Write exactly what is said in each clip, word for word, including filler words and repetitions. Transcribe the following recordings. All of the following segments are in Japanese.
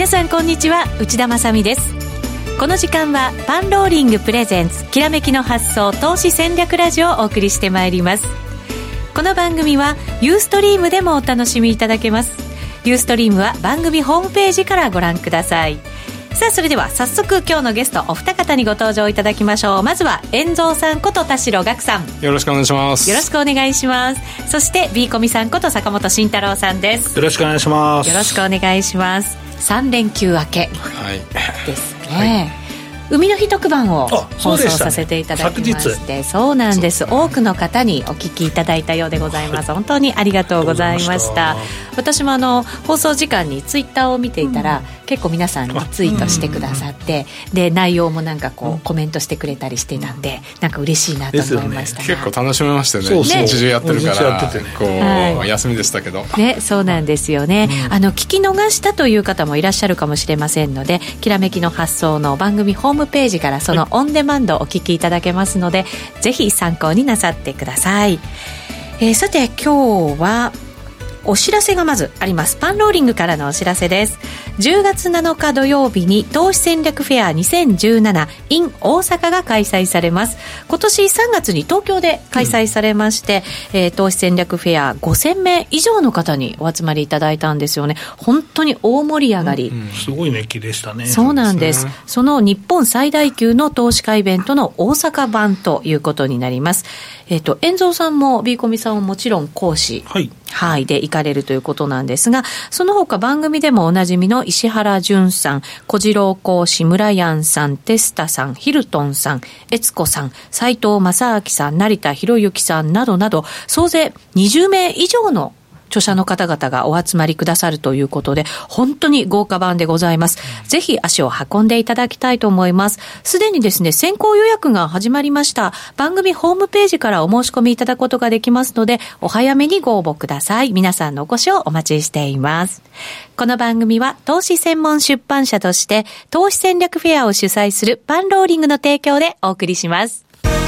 皆さんこんにちは、内田まさみです。この時間はパンローリングプレゼンツきらめきの発想投資戦略ラジオをお送りしてまいります。この番組はユーストリームでもお楽しみいただけます。ユーストリームは番組ホームページからご覧ください。さあそれでは早速今日のゲストお二方にご登場いただきましょう。まずは遠蔵さんこと田代岳さん、 よろしくお願いします。 よろしくお願いします。そして B コミさんこと坂本慎太郎さんです。 よろしくお願いします。 よろしくお願いします。さん連休明けですね、はいはい、海の日特番を放送させていただきまして、そうなんです。多くの方にお聞きいただいたようでございます。本当にありがとうございました。私もあの放送時間にツイッターを見ていたら、うん、結構皆さんリツイートしてくださって、うん、で内容もなんかこう、うん、コメントしてくれたりしてたんで、なんか嬉しいなと思いました、ね、 結構楽しめましたよね。そうそう、一日中やってるから、ね、こう、はい、休みでしたけどね、そうなんですよね、うん、あの聞き逃したという方もいらっしゃるかもしれませんので、きらめきの発想の番組ホームページからそのオンデマンドお聞きいただけますので、はい、ぜひ参考になさってください。えー、さて今日はお知らせがまずあります。パンローリングからのお知らせです。じゅうがつなのか土曜日に投資戦略フェアにせんじゅうなな in 大阪が開催されます。今年さんがつに東京で開催されまして、うんえー、投資戦略フェアごせんめい以上の方にお集まりいただいたんですよね。本当に大盛り上がり、 うんうん、すごい熱気でしたね。 そうなんです。その日本最大級の投資家イベントの大阪版ということになります。えっと、遠蔵さんも B コミさんももちろん講師、はいはい、で行かれるということなんですが、その他番組でもおなじみの石原淳さん、小次郎講師、村やんさん、テスタさん、ヒルトンさん、悦子さん、斉藤正明さん、成田博之さんなどなど、総勢にじゅうめい以上の著者の方々がお集まりくださるということで、本当に豪華版でございます。ぜひ足を運んでいただきたいと思います。すでにですね、先行予約が始まりました。番組ホームページからお申し込みいただくことができますので、お早めにご応募ください。皆さんのお越しをお待ちしています。この番組は投資専門出版社として投資戦略フェアを主催するパンローリングの提供でお送りします。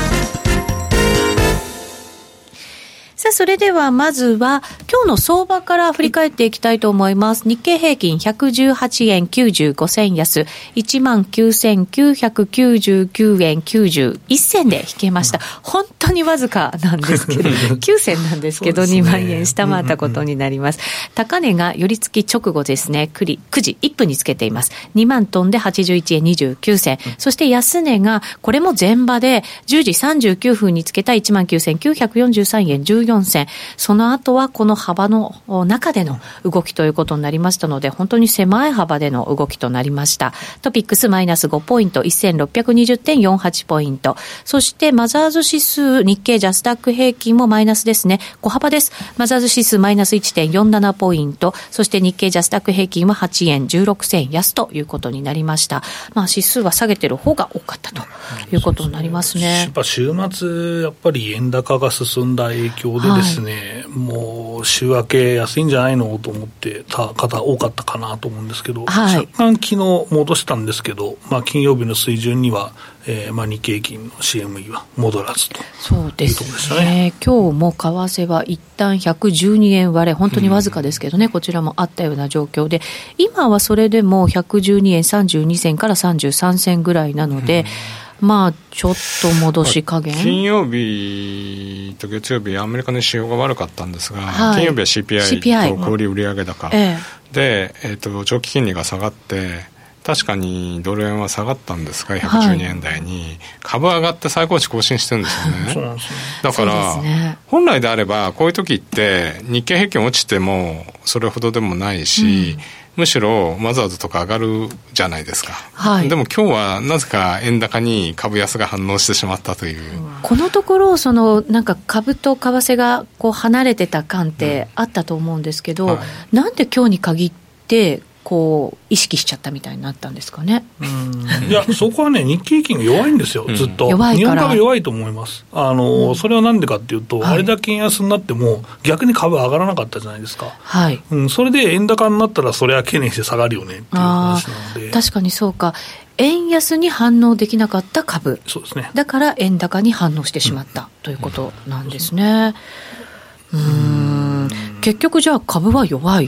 さあそれではまずは今日の相場から振り返っていきたいと思います。日経平均ひゃくじゅうはちえんきゅうじゅうごせん安 いちまんきゅうせんきゅうひゃくきゅうじゅうきゅうえんきゅうじゅういっせんで引けました。本当にわずかなんですけどきゅうせんなんですけど、ね、にまんえん下回ったことになります。高値が寄り付き直後ですね、くじいっぷんにつけています。にまん飛んではちじゅういちえんにじゅうきゅうせん、そして安値がこれも前場でじゅうじさんじゅうきゅうふんにつけた いちまんきゅうせんきゅうひゃくよんじゅうさんえんじゅうよんせん、その後はこの幅の中での動きということになりましたので、本当に狭い幅での動きとなりました。トピックスマイナスごポイント、せんろっぴゃくにじゅってんよんはち ポイント。そしてマザーズ指数、日経ジャスダック平均もマイナスですね、小幅です。マザーズ指数マイナス いってんよんなな ポイント、そして日経ジャスダック平均ははちえんじゅうろくせん安ということになりました。まあ指数は下げてる方が多かったということになりますね。 やっぱ週末やっぱり円高が進んだ影響でですね、はい、もう週明け安いんじゃないのと思ってた方多かったかなと思うんですけど、はい、若干昨日戻したんですけど、まあ、金曜日の水準には、えーまあ、日経金の シーエムイー は戻らずというところでしたね。 今日も為替は一旦ひゃくじゅうにえん割れ、本当にわずかですけどね、うん、こちらもあったような状況で、今はそれでもひゃくじゅうにえんさんじゅうにせんからさんじゅうさんせんぐらいなので、うん、まあちょっと戻し加減、 金曜日と月曜日アメリカの指標が悪かったんですが、はい、金曜日は シーピーアイ と小売売上高、ええで、えー、と長期金利が下がって確かにドル円は下がったんですがひゃくじゅうにえん台に、はい、株上がって最高値更新してるんですよね。そうなんですね。だから、ね、本来であればこういう時って日経平均落ちてもそれほどでもないし、うんむしろマザーズとか上がるじゃないですか、はい、でも今日はなぜか円高に株安が反応してしまったという、 このところそのなんか株と為替がこう離れてた感ってあったと思うんですけど、うんはい、なんで今日に限ってこう意識しちゃったみたいになったんですかね。 うんいやそこはね日経平均が弱いんですよ、ずっと、うん、弱いから日本株弱いと思います。あの、うん、それはなんでかっていうと、はい、あれだけ円安になっても逆に株上がらなかったじゃないですか、はいうん、それで円高になったらそれは懸念して下がるよねっていう話なので、 確かにそうか、円安に反応できなかった株、 そうですね、 だから円高に反応してしまった、うん、ということなんですね。うーん結局じゃあ株は弱い、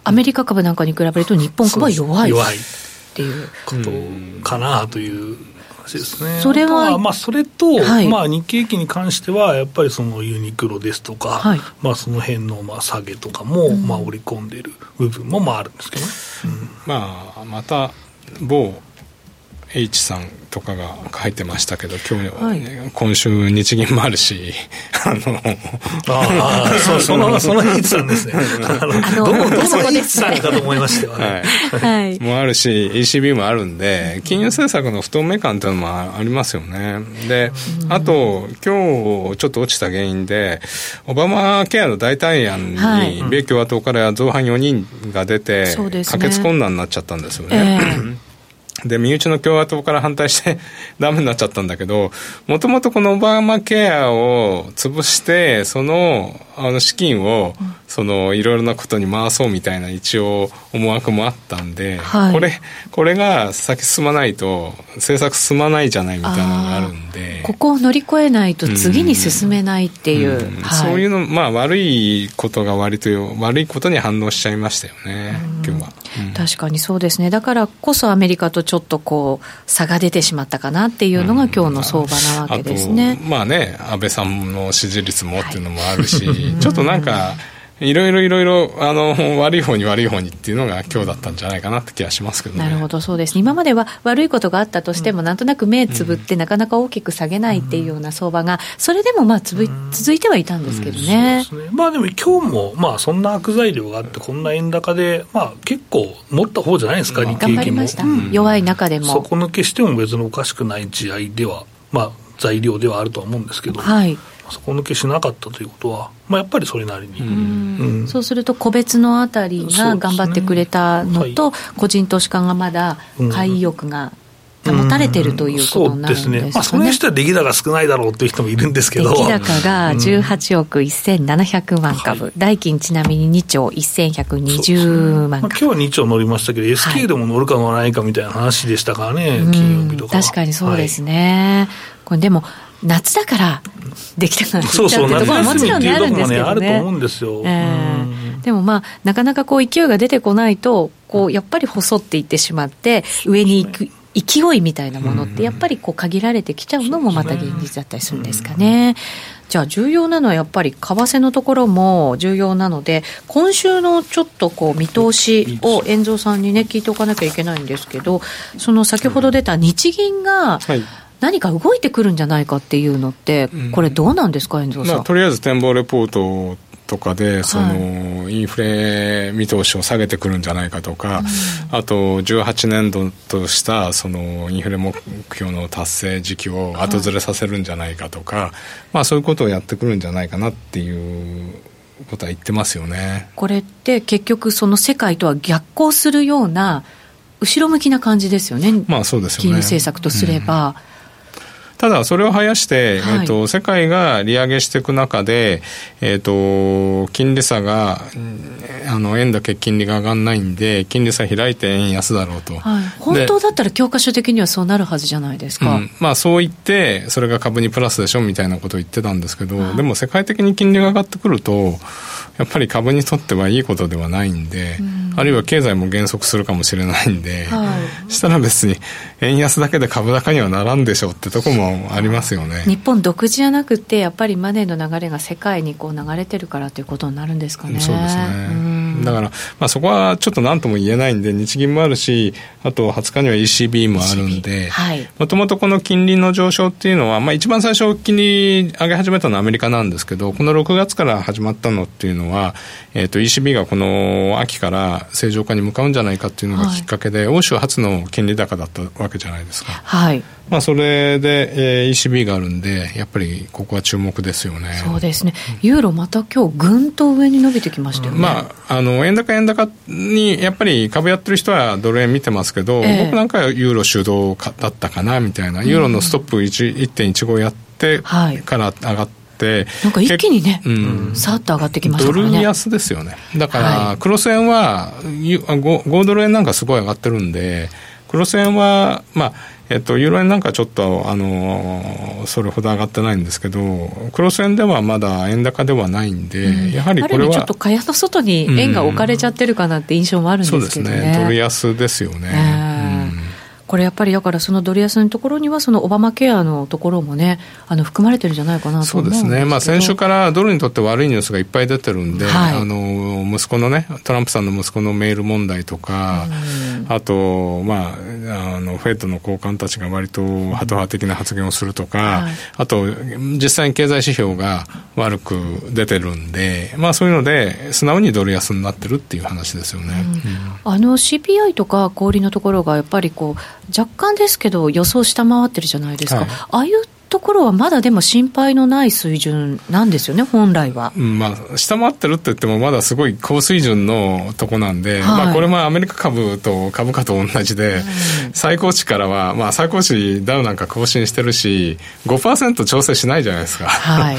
アメリカ株なんかに比べると日本株は弱い弱いっていうことかなというですね、 それは、 はまあ、それと、はい、まあ、日経平均に関してはやっぱりそのユニクロですとか、はい、まあ、その辺のまあ下げとかも、まあ、織り込んでいる部分もまああるんですけどね、うん、 まあ、また某 H さんとかが書いてましたけど今日、はい、今週日銀もあるしあのああそ, そのその H さんですねあのあのどのどの H さんかと思いましたよね、 はいはい、もあるし イーシービー もあるんで金融政策の不透明感というのもありますよね。であと今日ちょっと落ちた原因でオバマケアの代替案に米共和党から造反よにんが出て、はい、可決困難になっちゃったんですよね、えーで身内の共和党から反対してダメになっちゃったんだけど、もともとこのオバマケアを潰してそのあの資金をそのいろいろなことに回そうみたいな一応思惑もあったんで、はい、これこれが先進まないと政策進まないじゃないみたいなのがあるんで、 ここを乗り越えないと次に進めないっていう、 うんうんはい、そういうの、まあ、悪いことが割と悪いことに反応しちゃいましたよね、今日は、 うん、確かにそうですね。だからこそアメリカとちょっとこう差が出てしまったかなっていうのが今日の相場なわけですね、 うん、あとまあね安倍さんの支持率もっていうのもあるし、はい、ちょっとなんかいろいろいろいろあの悪い方に悪い方にっていうのが今日だったんじゃないかなって気がしますけどね。 なるほど、そうですね。今までは悪いことがあったとしても、うん、なんとなく目つぶってなかなか大きく下げないっていうような相場がそれでもまあつぶ、うん、続いてはいたんですけどね、 うん、そうですね。まあでも今日もまあそんな悪材料があってこんな円高で、まあ、結構持った方じゃないですか、日経平均も。 頑張りました、うん、弱い中でも底抜けしても別におかしくない地合いでは、まあ、材料ではあるとは思うんですけど、 はい、 底抜けしなかったということは、まあ、やっぱりそれなりに、うんうん、そうすると個別のあたりが頑張ってくれたのと、ねはい、個人投資家がまだ買い意欲が保たれているということになるんですかね、うんうん、そうですね。まあ、 その人は出来高少ないだろうという人もいるんですけど、 出来高がじゅうはちおくせんななひゃくまん株、はい、代金ちなみににちょうせんひゃくにじゅうまん株、まあ、 今日はにちょう乗りましたけど、はい、エスケー でも乗るか乗らないかみたいな話でしたからね、金曜日とか。 確かにそうですね、はい、これでも夏だからできたからそうそう、夏休みっていうところがねあると思うんですよ、 えー、でもまあなかなかこう勢いが出てこないとこうやっぱり細っていってしまって上に行く勢いみたいなものってやっぱりこう限られてきちゃうのもまた現実だったりするんですかね。じゃあ重要なのはやっぱり為替のところも重要なので、今週のちょっとこう見通しを遠蔵さんにね聞いておかなきゃいけないんですけど、その先ほど出た日銀が、はい、何か動いてくるんじゃないかっていうのってこれどうなんですか、遠藤さん。 まあ、とりあえず展望レポートとかでその、はい、インフレ見通しを下げてくるんじゃないかとか、うん、あとじゅうはちねんどとしたそのインフレ目標の達成時期を後ずれさせるんじゃないかとか、はい、まあ、そういうことをやってくるんじゃないかなっていうことは言ってますよね。 これって結局その世界とは逆行するような後ろ向きな感じですよね。 まあそうですよね。 金融政策とすれば、うん、 ただそれを生やして、はい、えーと、世界が利上げしていく中で、えーと、金利差があの円だけ金利が上がらないんで金利差開いて円安だろうと、 はい、本当だったら教科書的にはそうなるはずじゃないですか、 うん、まあ、そう言ってそれが株にプラスでしょみたいなことを言ってたんですけど、はい、でも世界的に金利が上がってくるとやっぱり株にとってはいいことではないんで、うん、あるいは経済も減速するかもしれないんで、はい、したら別に円安だけで株高にはならんでしょってとこもありますよね。 日本独自じゃなくてやっぱりマネーの流れが世界にこう流れてるからということになるんですかね。 そうですね、うん、だから、まあ、そこはちょっと何とも言えないんで、日銀もあるしあとはつかには イーシービー もあるんで、もともとこの金利の上昇っていうのは、まあ、一番最初金利上げ始めたのはアメリカなんですけど、このろくがつから始まったのっていうのは、えーと、イーシービー がこの秋から正常化に向かうんじゃないかっていうのがきっかけで、はい、欧州初の金利高だったわけじゃないですか。 はい、 まあ、それで、えー、イーシービー があるんでやっぱりここは注目ですよね。 そうですね。ユーロまた今日ぐんと上に伸びてきましたよね。 まあ、あの円高円高にやっぱり株やってる人はドル円見てますけど、えー、僕なんかはユーロ主導だったかなみたいな、ユーロのストップ いってんいちご やってから上がって、 なんか一気にね、うん、さっと上がってきましたからね。 ドル安ですよね。だから、はい、クロス円はごドル円なんかすごい上がってるんで、クロス円は、まあえっと、ユーロ円なんかちょっと、あの、それほど上がってないんですけど、クロス円ではまだ円高ではないんで、うん、やはりこれは。ある意味ちょっと蚊帳の外に円が置かれちゃってるかなって印象もあるんですけどね。 そうですね。ドル安ですよね。えーうんこれやっぱりだからそのドル安のところにはそのオバマケアのところもねあの含まれてるんじゃないかなと思うんですけど。 そうですね、まあ、先週からドルにとって悪いニュースがいっぱい出てるんで、はい、あの息子のねトランプさんの息子のメール問題とか、うん、あと、まあ、あのフェッドの高官たちが割とハト派的な発言をするとか、はい、あと実際に経済指標が悪く出てるんで、まあ、そういうので素直にドル安になってるっていう話ですよね、 うん、あの シーピーアイ とか小売のところがやっぱりこう若干ですけど予想下回ってるじゃないですか、はい、ああいうところはまだでも心配のない水準なんですよね本来は、 うんまあ、下回ってるって言ってもまだすごい高水準のとこなんで、はいまあ、これもアメリカ株と株価と同じで、うん、最高値からは、まあ、最高値ダウなんか更新してるし ごパーセント 調整しないじゃないですか、はい、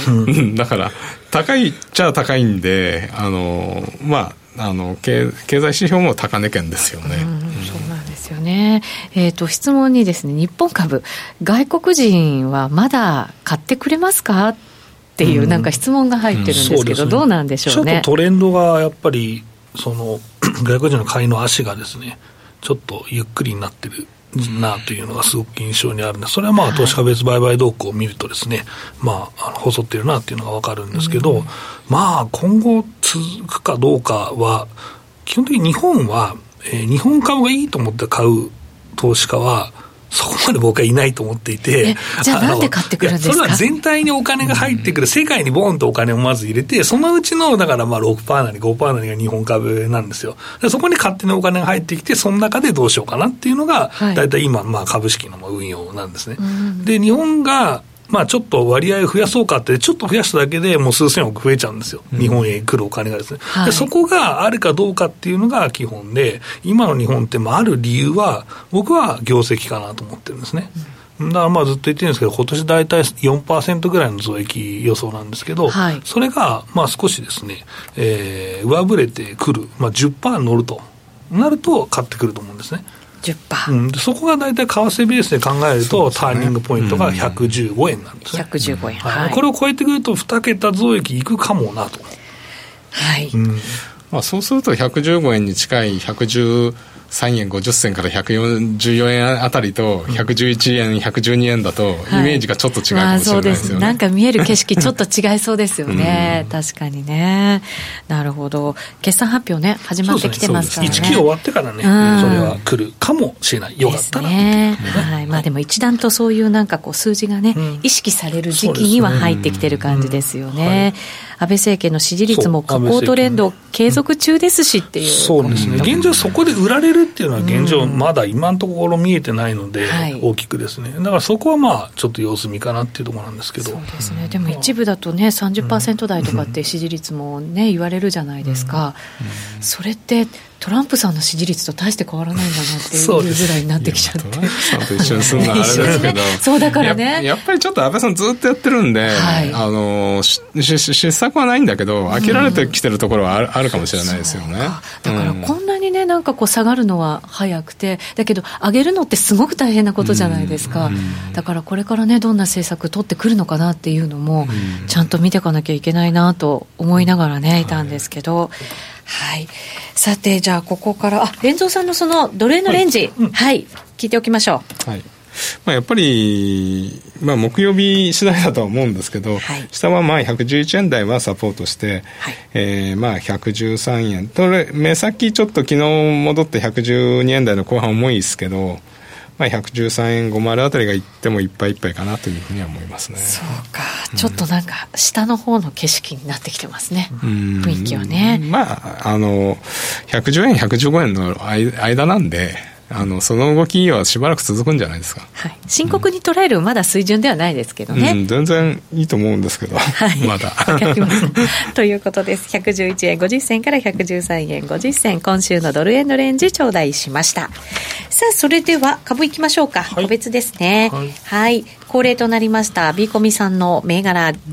だから高いっちゃ高いんであのまああの 経, 経済指標も高値圏ですよね、うんうん、 そうなんですよね、えー、と質問にですね日本株外国人はまだ買ってくれますかっていうなんか質問が入ってるんですけど、うん、どうなんでしょうね。 ちょっとトレンドがやっぱりその外国人の買いの足がですねちょっとゆっくりになってるなというのがすごく印象にあるんで、それはまあ投資家別売買動向を見るとですね、まあ、あの細ってるなっていうのが分かるんですけど、うん、まあ今後続くかどうかは基本的に日本は、えー、日本株がいいと思って買う投資家はそこまで僕はいないと思っていて、 じゃあなんで買ってくるんですか。 それは全体にお金が入ってくる、世界にボーンとお金をまず入れて、そのうちのだからまあ ろくパーセント なり ごパーセント なりが日本株なんですよ。でそこに勝手にお金が入ってきて、その中でどうしようかなっていうのが、はい、だいたい今まあ株式の運用なんですね。で日本がまあちょっと割合を増やそうかってちょっと増やしただけでもう数千億増えちゃうんですよ、うん、日本へ来るお金がですね、はい、でそこがあるかどうかっていうのが基本で、今の日本ってまあある理由は僕は業績かなと思ってるんですね、うん、だからまあずっと言ってるんですけど今年大体 よんパーセント ぐらいの増益予想なんですけど、はい、それがまあ少しですね、えー、上振れてくる、まあ、じゅっパーセント 乗るとなると買ってくると思うんですね。 じゅっパーセント、 うん、そこが大体為替ベースで考えると、ね、ターニングポイントがひゃくじゅうごえんなんですね。 ひゃくじゅうごえん、 はいはい、これを超えてくるとに桁増益いくかもなと、 はいうんまあ、そうするとひゃくじゅうごえんに近いひゃくじゅうさんえんごじゅっせんからひゃくよんじゅうよえんあたりとひゃくじゅういちえん、ひゃくじゅうにえんだとイメージがちょっと違うかもしれないですよね、はいまあ、そうです。 なんか見える景色ちょっと違いそうですよね、うん、確かにね。なるほど。決算発表ね始まってきてますからね。 いちき終わってからね、うん、それは来るかもしれない。よかったらね、はいまあ、でも一段とそういうなんかこう数字がね、うん、意識される時期には入ってきてる感じですよね、うんうんはい、安倍政権の支持率も下降トレンド継続中ですしっていう、うん、 そうですね。現状そこで売られるっていうのは現状まだ今のところ見えてないので、うん、大きくですね。だからそこはまあちょっと様子見かなっていうところなんですけど。 そうですね。でも一部だとね さんじゅっパーセント 台とかって支持率もね言われるじゃないですか、うんうん、それってトランプさんの支持率と大して変わらないんだなっていうぐらいになってきちゃって、 トランプさんと一緒にするのはあれですけどそうだからねや, やっぱりちょっと安倍さんずっとやってるんで、はい、あの失策はないんだけど飽きられてきてるところはあ る,、うん、あるかもしれないですよね。 だからこんなにねなんかこう下がるのは早くてだけど上げるのってすごく大変なことじゃないですか、うん、だからこれからねどんな政策取ってくるのかなっていうのもちゃんと見ていかなきゃいけないなと思いながらねいたんですけど、はいはい、さてじゃあここからあ連蔵さんのそのドル円のレンジ、はいうんはい、聞いておきましょう。はいまあ、やっぱり、まあ、木曜日次第だとは思うんですけど、はい、下はまあひゃくじゅういちえん台はサポートして、はいえー、まあひゃくじゅうさんえんと目先ちょっと昨日戻ってひゃくじゅうにえん台の後半重いですけど、まあ、ひゃくじゅうさんえんごじゅうあたりがいってもいっぱいいっぱいかなというふうには思いますね。 そうか、ちょっとなんか下の方の景色になってきてますね、うん、雰囲気はね。 まああのひゃくじゅうえんひゃくじゅうごえんの間なんであのその動きはしばらく続くんじゃないですか、 はい、深刻に捉えるまだ水準ではないですけどね、 うん、全然いいと思うんですけど、はい、まだわかりますということです。ひゃくじゅういちえんごじゅっせんからひゃくじゅうさんえんごじゅっせん今週のドル円のレンジ頂戴しました。さあそれでは株いきましょうか、はい、個別ですね、はいはい、恒例となりましたビーコミさんの銘柄群、 は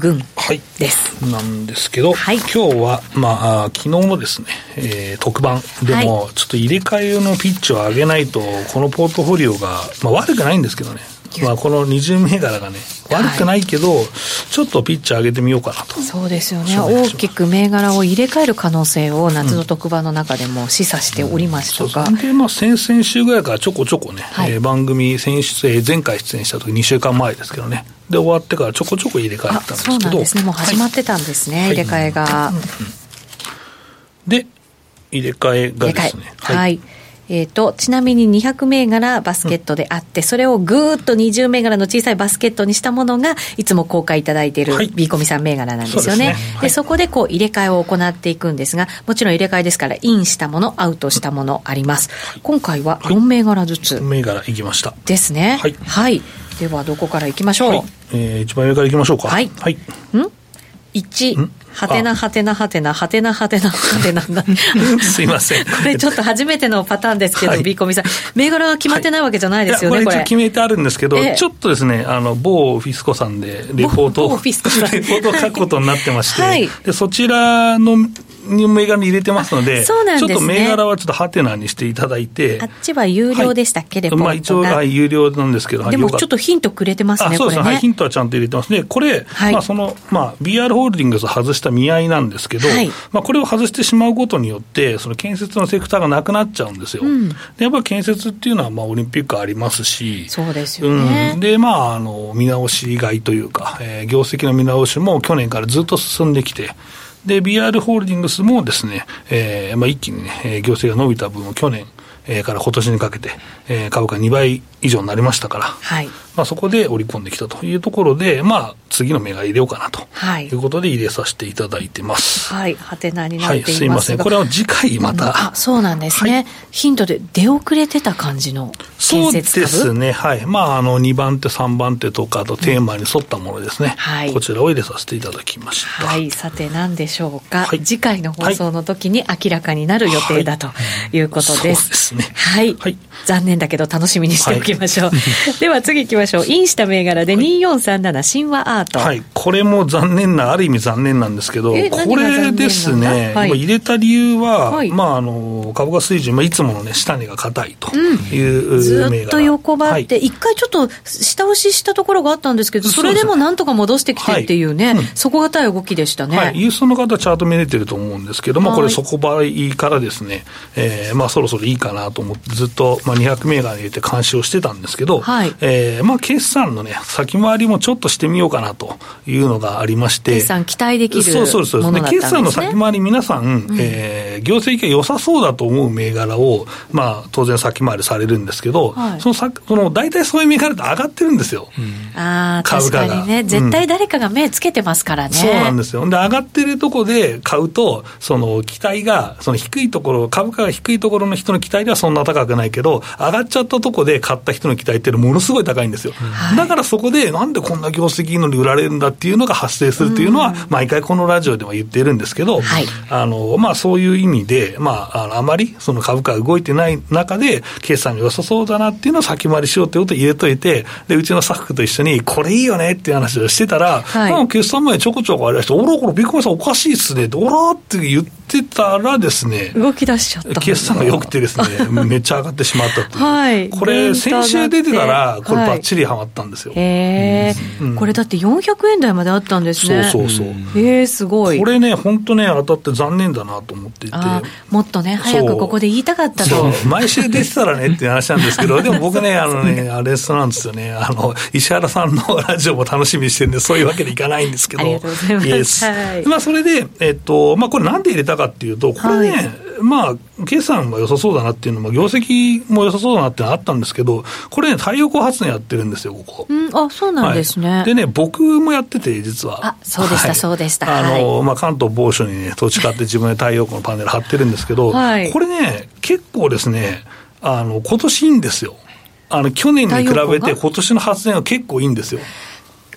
です、 はい、なんですけど、はい、今日は、まあ、昨日のですね、えー、特番でも、はい、ちょっと入れ替えのピッチを上げないとこのポートフォリオが、まあ、悪くないんですけどね、まあ、このにじゅう銘柄がね悪くないけど、はい、ちょっとピッチ上げてみようかなと。 そうですよね、大きく銘柄を入れ替える可能性を夏の特番の中でも示唆しておりましたが、 うん、で、まあ、先々週ぐらいからちょこちょこね、はい、えー、番組先週前回出演した時にしゅうかんまえですけどね、で終わってからちょこちょこ入れ替えてたんですけど、 そうなんですね、もう始まってたんですね、はい、入れ替えが、はい、うんうん、 で入れ替えがですね、 はい、はい、えー、とちなみににひゃく銘柄バスケットであって、うん、それをぐーっとにじゅう銘柄の小さいバスケットにしたものがいつも公開いただいている B コミさん銘柄なんですよね。 そうですね、はい、でそこでこう入れ替えを行っていくんですが、もちろん入れ替えですからインしたものアウトしたものあります、うん、今回はよん銘柄ずつ、はい、 よん銘柄いきましたですね、はい、はい、ではどこからいきましょう、はい、 えー、一番上からいきましょうか。はい、はい、 んいちはてなはてなはてなはてなはてなはてなすいません、 これちょっと初めてのパターンですけど、はい、B コミさん銘柄が決まってないわけじゃないですよね、 はい、 これこれ一応決めてあるんですけど、ちょっとですね、あの某フィスコさんでレポートをレポートを書くことになってまして、はい、でそちらの銘柄に入れてますの で, そうなんです、ね、ちょっと銘柄はちょっとハテナにしていただいて、 あっちは有料でしたっけ、はい、レポートが、まあ、 一応、はい、有料なんですけど、 でもちょっとヒントくれてますね。 あ、そうですね、 これね、 はい、ヒントはちゃんと入れてますね。これ、はい、まあ、その、まあ、ビーアール ホールディングスを外した見合いなんですけど、はい、まあ、これを外してしまうことによってその建設のセクターがなくなっちゃうんですよ、うん、でやっぱり建設っていうのはまあオリンピックありますし、 そうですよね、 うん、で、まあ、あの見直し買いというか、えー、業績の見直しも去年からずっと進んできて、で ビーアール ホールディングスもですね、えーまあ、一気にね業績が伸びた分を去年えー、から今年にかけて、えー、株価にばい以上になりましたから、はい、まあ、そこで織り込んできたというところで、まあ、次の銘柄入れようかなということで入れさせていただいてます。 はい、はてなになっていますが、はい、 すいません、これは次回また、 うん、あ、そうなんですね、はい、ヒントで出遅れてた感じの建設株。 そうですね、はい、まあ、あのにばん手さんばん手とかあとテーマに沿ったものですね、うん、はい、こちらを入れさせていただきました。 はい、さて何でしょうか、はい、次回の放送の時に明らかになる予定だということです。はい、そうですね、はい、はい、残念だけど楽しみにしておきましょう、はい、では次行きましょう。インした銘柄でにーよんさんなな神話アート、 はい、これも残念な、ある意味残念なんですけど、これですね、はい、今入れた理由は、はい、まあ、あの株価水準、まあ、いつものね下値が硬いという、うん、 ずっと横ばって、はい、一回ちょっと下押ししたところがあったんですけど、それでもなんとか戻してきてっていうね、はい、うん、底堅い動きでしたね。 はい、ユースの方チャート見れてると思うんですけども、これ底倍からですね、えーまあ、そろそろいいかなと思ってずっと、まあ、にひゃく銘柄に入れて監視をしてたんですけど、はい、えーまあ、決算のね先回りもちょっとしてみようかなというのがありまして、 決算期待できるものだったんですね。そうそうそうですね、 決算の先回り皆さん、うん、えー、業績が良さそうだと思う銘柄を、まあ、当然先回りされるんですけど、はい、そのさその大体そういう銘柄って上がってるんですよ、うん、 あ、株価が確かにね、絶対誰かが目つけてますからね、うん、 そうなんですよ。で上がってるところで買うとその期待がその低いところ、株価が低いところの人の期待ではそんな高くないけど、上がっちゃったところで買った人の期待ってものすごい高いんですよ、はい、だからそこでなんでこんな業績いいのに売られるんだっていうのが発生するというのは、うん、毎回このラジオでも言っているんですけど、はい、あのまあ、そういう意味で、まあ、あのあまりその株価が動いてない中で決算が良さそうだなっていうのを先回りしようということを入れといて、でうちのスタッフと一緒にこれいいよねっていう話をしてたら、はい、決算前ちょこちょこありまして、おらこれビッグマンさんおかしいっすねって、おらって言ってたらですね、 動き出しちゃった、 決算が良くてですねめっちゃ上がってしまったという、はい、これ先週出てたらこれバッチリハマったんですよ、はい、 へー、うん、これだってよんひゃくえん台まであったんですね。 そうそうそう、 へー、すごい。 これね本当ね当たって残念だなと思っていて、 あ、もっとね早くここで言いたかったと。 そう、毎週出てたらねっていう話なんですけどでも僕ねあのねあれそうなんですよね、あの石原さんのラジオも楽しみにしてるんでそういうわけでいかないんですけど、ありがとうございます、はい、まあ、それで、えっとまあ、これなんで入れたかっていうと、これね、はい、まあ、決算は良さそうだなっていうのも業績も良さそうだなっていうのはあったんですけど、これね太陽光発電やってるんですよここ、 うん、あ、そうなんですね、 はい、でね僕もやってて実は、 あ、そうでした、はい、そうでした、 あの、まあ、関東某所にね土地買って自分で太陽光のパネル張ってるんですけど、はい、これね結構ですね、あの今年いいんですよ。あの去年に比べて今年の発電は結構いいんですよ。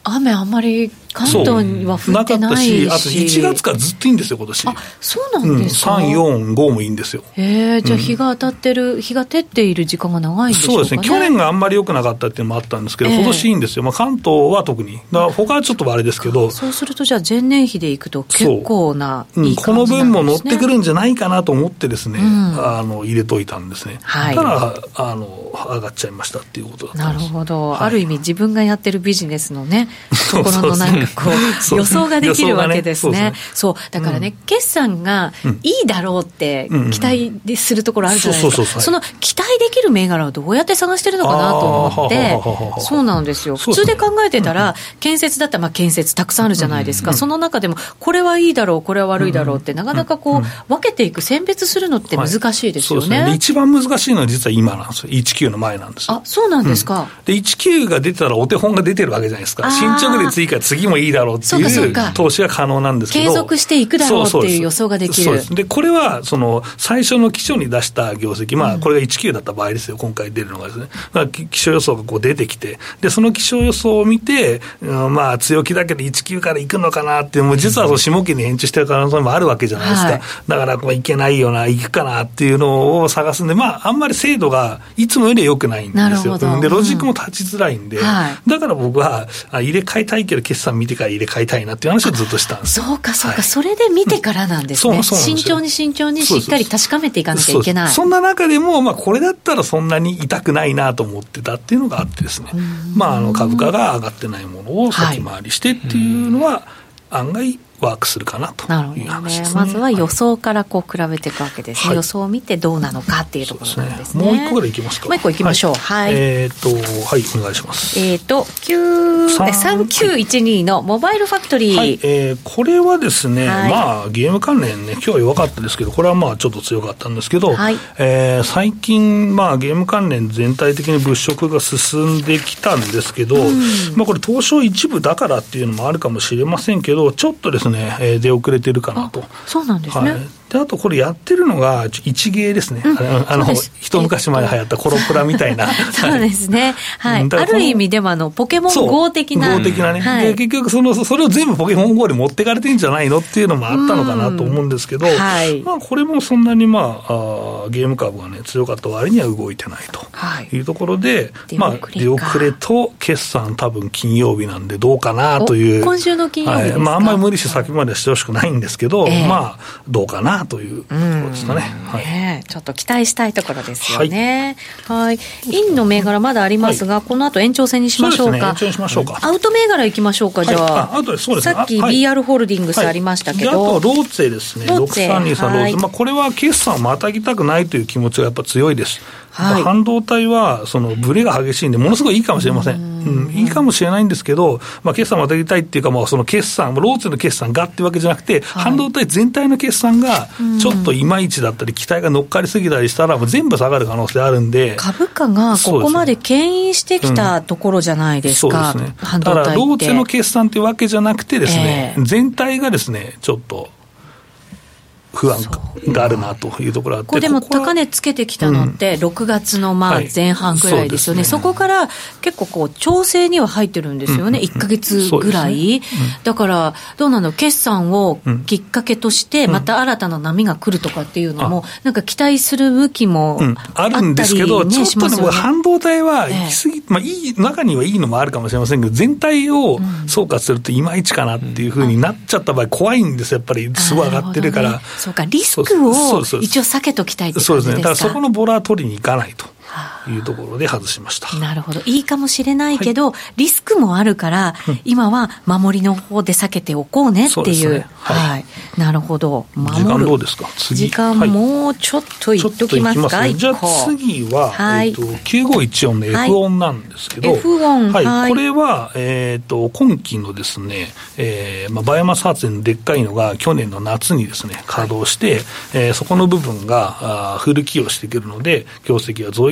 雨あんまり関東には降ってないし、 なかったし、あといちがつからずっといいんですよ今年。 あ、そうなんですか、 うん、さん、よん、ごもいいんですよ。 へえ、じゃあ日が当たってる、うん、日が照っている時間が長いんでしょうかね。 そうですね、去年があんまり良くなかったっていうのもあったんですけど、えー、今年いいんですよ、まあ、関東は特に、だから他はちょっとあれですけど、 そうするとじゃあ前年比でいくと結構ないい感じなんですね、うん、 この分も乗ってくるんじゃないかなと思ってですね、うん、あの入れといたんですね、はい、ただあの上がっちゃいましたっていうことだったんです。 なるほど、はい、ある意味自分がやってるビジネスのねところのなんかこう予想ができるわけですね。そうだからね、うん、決算がいいだろうって期待するところあるじゃないですか。その期待できる銘柄をどうやって探してるのかなと思って、そうなんですよ。普通で考えてたら、建設だったらまあ建設たくさんあるじゃないですか、うんうん、その中でもこれはいいだろうこれは悪いだろうって、なかなかこう、うんうん、分けていく選別するのって難しいですよね、はい、そうですね。 一番難しいのは実は今なんですよ。いちきゅうの前なんですよ。 あ、そうなんですか、うん、 でいちきゅうが出てたらお手本が出てるわけじゃないですか。進捗率いいから次もいいだろうっていう投資が可能なんですけど、 継続していくだろうっていう予想ができる。 そうです。でこれはその最初の期初に出した業績、まあこれがいちきゅうだった場合ですよ、今回出るのがですね。まあ、期初予想がこう出てきて、でその期初予想を見て、うん、まあ強気だけどいちきゅうからいくのかなっていう、もう実はその下期に延長してる可能性もあるわけじゃないですか、はい、だからこういけないよな、いくかなっていうのを探すんで、まああんまり精度がいつもより良くないんですよ。でロジックも立ちづらいんで、うん、はい、だから僕は入れ替えたいけど決算見てから入れ替えたいなっていう話をずっとしたんです。 そうかそうか、はい、それで見てからなんですね、うん、慎重に慎重にしっかり確かめていかなきゃいけない。 そ, そ, そんな中でも、まあ、これだったらそんなに痛くないなと思ってたっていうのがあってですね、まあ、あの株価が上がってないものを先回りしてっていうのは案外ワークするかなという話ですね。 まずは予想からこう比べていくわけですね、はい、予想を見てどうなのかっていうところなんですね。 もう一個ぐらいいきますか。 もう一個いきましょう、はい、 はい、えーとはいお願いします。 えーとさんきゅういちにのモバイルファクトリー、 はい、えー、これはですね、はい、まあゲーム関連ね今日は弱かったですけど、これはまあちょっと強かったんですけど、はい、えー、最近まあゲーム関連全体的に物色が進んできたんですけど、うん、まあこれ東証一部だからっていうのもあるかもしれませんけど、ちょっとですね、えー、出遅れてるかなと。 そうなんですね、 はい、であとこれやってるのが一芸ですね、うん、あの一昔前流行ったコロプラみたいなそうですね、はい、ある意味でもあのポケモン ゴー 的なゴー 的なね、はい、で結局そのそれを全部ポケモン ゴー に持ってかれてるんじゃないのっていうのもあったのかなと思うんですけど、はい、まあ、これもそんなに、まあ、あゲーム株がね強かった割には動いてないというところで、はい、まあ、出遅れと決算多分金曜日なんでどうかなという、 今週の金曜日ですか、はい、まあ、 あんまり無理して先までしてほしくないんですけど、えー、まあどうかなというところですかね、はい、 ね、ちょっと期待したいところですよね。はい、はい、インの銘柄まだありますが、はい、この後延長戦にしましょうか。そうですね、延長にしましょうか。アウト銘柄いきましょうか。じゃあ、はい、あとそうですね、さっき ビーアール ホールディングスありましたけど、 はいはい、あとローツェですね、ろくさんにさんローツェ、まあ、これは決算をまたぎたくないという気持ちがやっぱ強いです。はい、半導体はそのブレが激しいんでものすごいいいかもしれません、うんうん、いいかもしれないんですけど、まあ、決算をまたぎたいっていうか、まあ、その決算ローツェの決算がっていうわけじゃなくて、はい、半導体全体の決算がちょっといまいちだったり期待が乗っかりすぎたりしたらもう全部下がる可能性あるんで、 株価がここまで牽引してきたところじゃないですか、 そうですね、半導体って。だからローツェの決算というわけじゃなくてですね、えー、全体がですねちょっと不安があるなというところがあって、 ここでも高値つけてきたのってろくがつのまあ前半ぐらいですよね、はい、 そ, ねそこから結構こう調整には入ってるんですよね、うん、いっかげつぐらい、ね、うん、だからどうなの、決算をきっかけとしてまた新たな波が来るとかっていうのも、うん、なんか期待する向きもあったり、ね、うん、あるんですけど、ちょっとでも半導体は行き過ぎ、ええ、まあ、いい中にはいいのもあるかもしれませんけど、全体を総括するといまいちかなっていうふうになっちゃった場合怖いんですよ、やっぱりすごい上がってるから。 そうか、リスクを一応避けときたいって感じですか。 そうですね、だからそこのボラは取りに行かないというところで外しました。 なるほど、いいかもしれないけど、はい、リスクもあるから、うん、今は守りの方で避けておこうねっていう。そうですね、はい、はい、なるほど。守る。 時間どうですか。次時間もうちょっといっときますか。 はい、じゃあ次は、はい、えー、ときゅうごいちよんの エフ オンなんですけど、はい、エフ オン、はいはい、これは、えー、と今期のですね、えーまあ、バイオマス発電のでっかいのが去年の夏にですね稼働して、はい、えー、そこの部分があフル起用してくるので業績が増益なんじゃない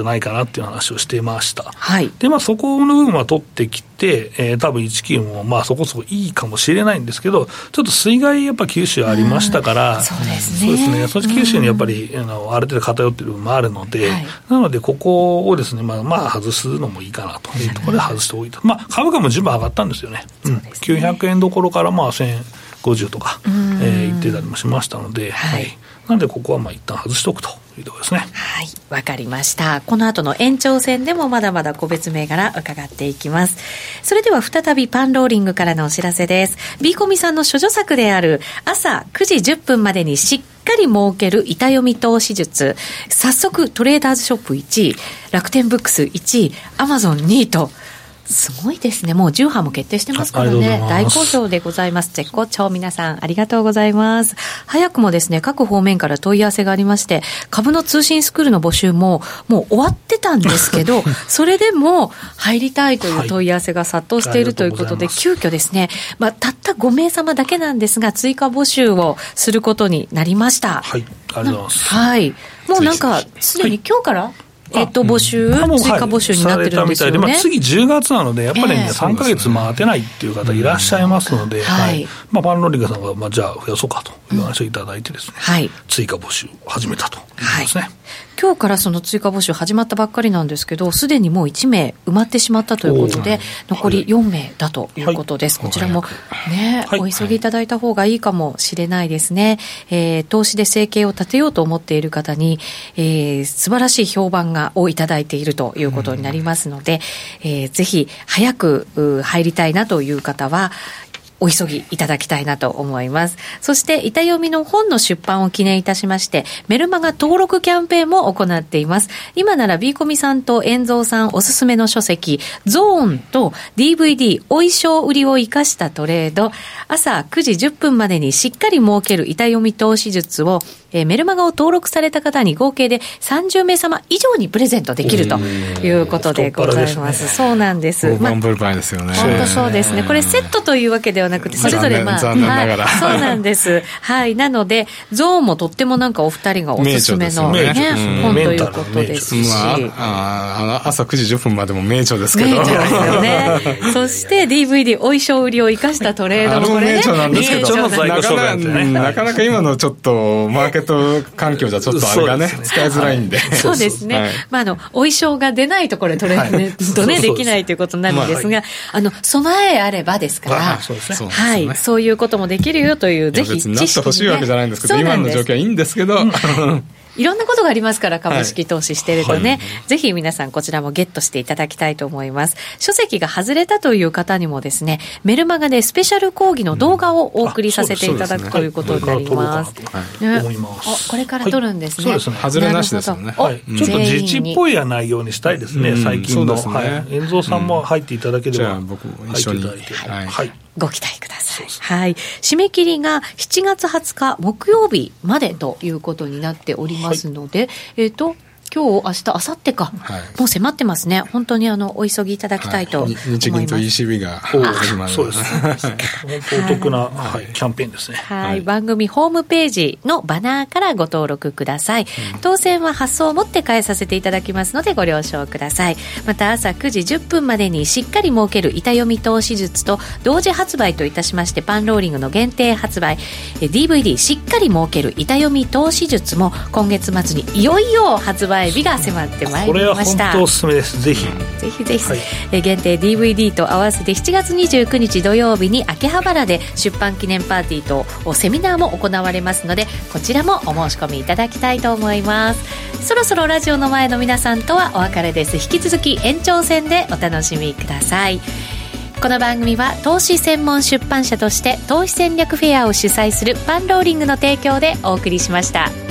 ないかなっていう話をしてました、 はい、 でまあそこの部分は取ってきて、えー、多分いちきゅうもまあそこそこいいかもしれないんですけど、ちょっと水害やっぱ九州ありましたから、 そうですね、 そうですね、そっち九州にやっぱり、うん、あのある程度偏ってる部分もあるので、はい、なのでここをですね、まあ、まあ外すのもいいかなというところで外しておいた、まあ、株価も順番上がったんですよね、うん、きゅうひゃくえんどころからまあせんごじゅうとか、えー、言ってたりもしましたので、はいはい、なのでここはまあ一旦外しておくというところですね。 はい、わかりました。この後の延長戦でもまだまだ個別銘柄伺っていきます。それでは再びパンローリングからのお知らせです。 B コミさんの諸女作である朝くじじゅっぷんまでにしっかり儲ける板読み投資術、早速トレーダーズショップいちい、楽天ブックスいちい、アマゾンにいとすごいですね。もうじゅうはんも決定してますからね。大好評でございます。絶好調、皆さんありがとうございます。早くもですね、各方面から問い合わせがありまして、株の通信スクールの募集ももう終わってたんですけどそれでも入りたいという問い合わせが殺到しているということで、はい、急遽ですね、まあ、たったごめいさまだけなんですが追加募集をすることになりました。 はい、ありがとうございます。 はい、もうなんかすでに今日から、はい、えっと、募集、うん、追加募集になってるんですよね。 まあ、次じゅうがつなので、やっぱり、ね、えー、さんかげつ待てないっていう方いらっしゃいますので、うん、はい、まあ、パンロリカさんが、まあ、じゃあ増やそうかという話をいただいてですね、うん、はい、追加募集を始めたということですね。はい、 今日からその追加募集始まったばっかりなんですけど、すでにもういちめい埋まってしまったということで、残りよんめいだということです。はい、こちらもね、はい、お急ぎいただいた方がいいかもしれないですね。えー、投資で生計を立てようと思っている方に、えー、素晴らしい評判がをいただいているということになりますので、えー、ぜひ早く入りたいなという方はお急ぎいただきたいなと思います。そして板読みの本の出版を記念いたしまして、メルマガ登録キャンペーンも行っています。今なら B コミさんと遠蔵さんおすすめの書籍ゾーンと ディーブイディー お衣装売りを生かしたトレード、朝くじじゅっぷんまでにしっかり儲ける板読み投資術を、えー、メルマガを登録された方に合計でさんじゅうめいさま以上にプレゼントできるということでございます。そうなんです。 大盤振る舞いですよね。 本当そうですね。これセットというわけではなくて、それぞれまあ、 残念ながら、 はい、そうなんです。はい。なので、ゾーンもとってもなんかお二人がおすすめの、ねね、本ということですし、 まあ、あ朝くじじゅっぷんまでも名著ですけど。名著ですよね。そして ディーブイディー お衣装売りを生かしたトレードもこれね。 名著なんですけど、なかなか、なかなか今のちょっとマーケット環境じゃちょっとあれがね、使いづらいんで。 そうですね。はい、まあ、あの、お衣装が出ないところでトレードね、できないということになるんですが、あの、備えあればですから、 そうですね。 はい。そういうこともできるよという、ぜひ知識、ね、 別になってほしいわけじゃないんですけど、今の状況はいいんですけど、うん、 いろんなことがありますから、株式投資してるとね、はいはい、ぜひ皆さんこちらもゲットしていただきたいと思います。書籍が外れたという方にもですね、メルマガでスペシャル講義の動画をお送りさせていただく、うん、ということになります。これから撮るんですね。 はい、そうですね。 外れなしですよね。 はい、ちょっと自治っぽい内容にしたいですね、最近の。はい。遠蔵さんも入っていただければ、 うん、じゃあ僕も一緒に。はい。 はい、ご期待ください。はい。締め切りがしちがつはつか木曜日までということになっておりますので、はい、えっと、今日、明日、明後日か、はい、もう迫ってますね。本当にあのお急ぎいただきたいと思います。 はい、日銀と イーシービー が始まる。 そうです。お得な、はい、キャンペーンですね。 はい、はい、番組ホームページのバナーからご登録ください。うん、当選は発送をもって返させていただきますのでご了承ください。また朝くじじゅっぷんまでにしっかり儲ける板読み投資術と同時発売といたしまして、パンローリングの限定発売 ディーブイディー しっかり儲ける板読み投資術も今月末にいよいよ発売日が迫ってまいりました。これは本当おすすめです。ぜひぜひぜひ、はい、え限定 ディーブイディー と合わせてしちがつにじゅうくにち土曜日に秋葉原で出版記念パーティーとセミナーも行われますので、こちらもお申し込みいただきたいと思います。そろそろラジオの前の皆さんとはお別れです。引き続き延長戦でお楽しみください。この番組は投資専門出版社として投資戦略フェアを主催するパンローリングの提供でお送りしました。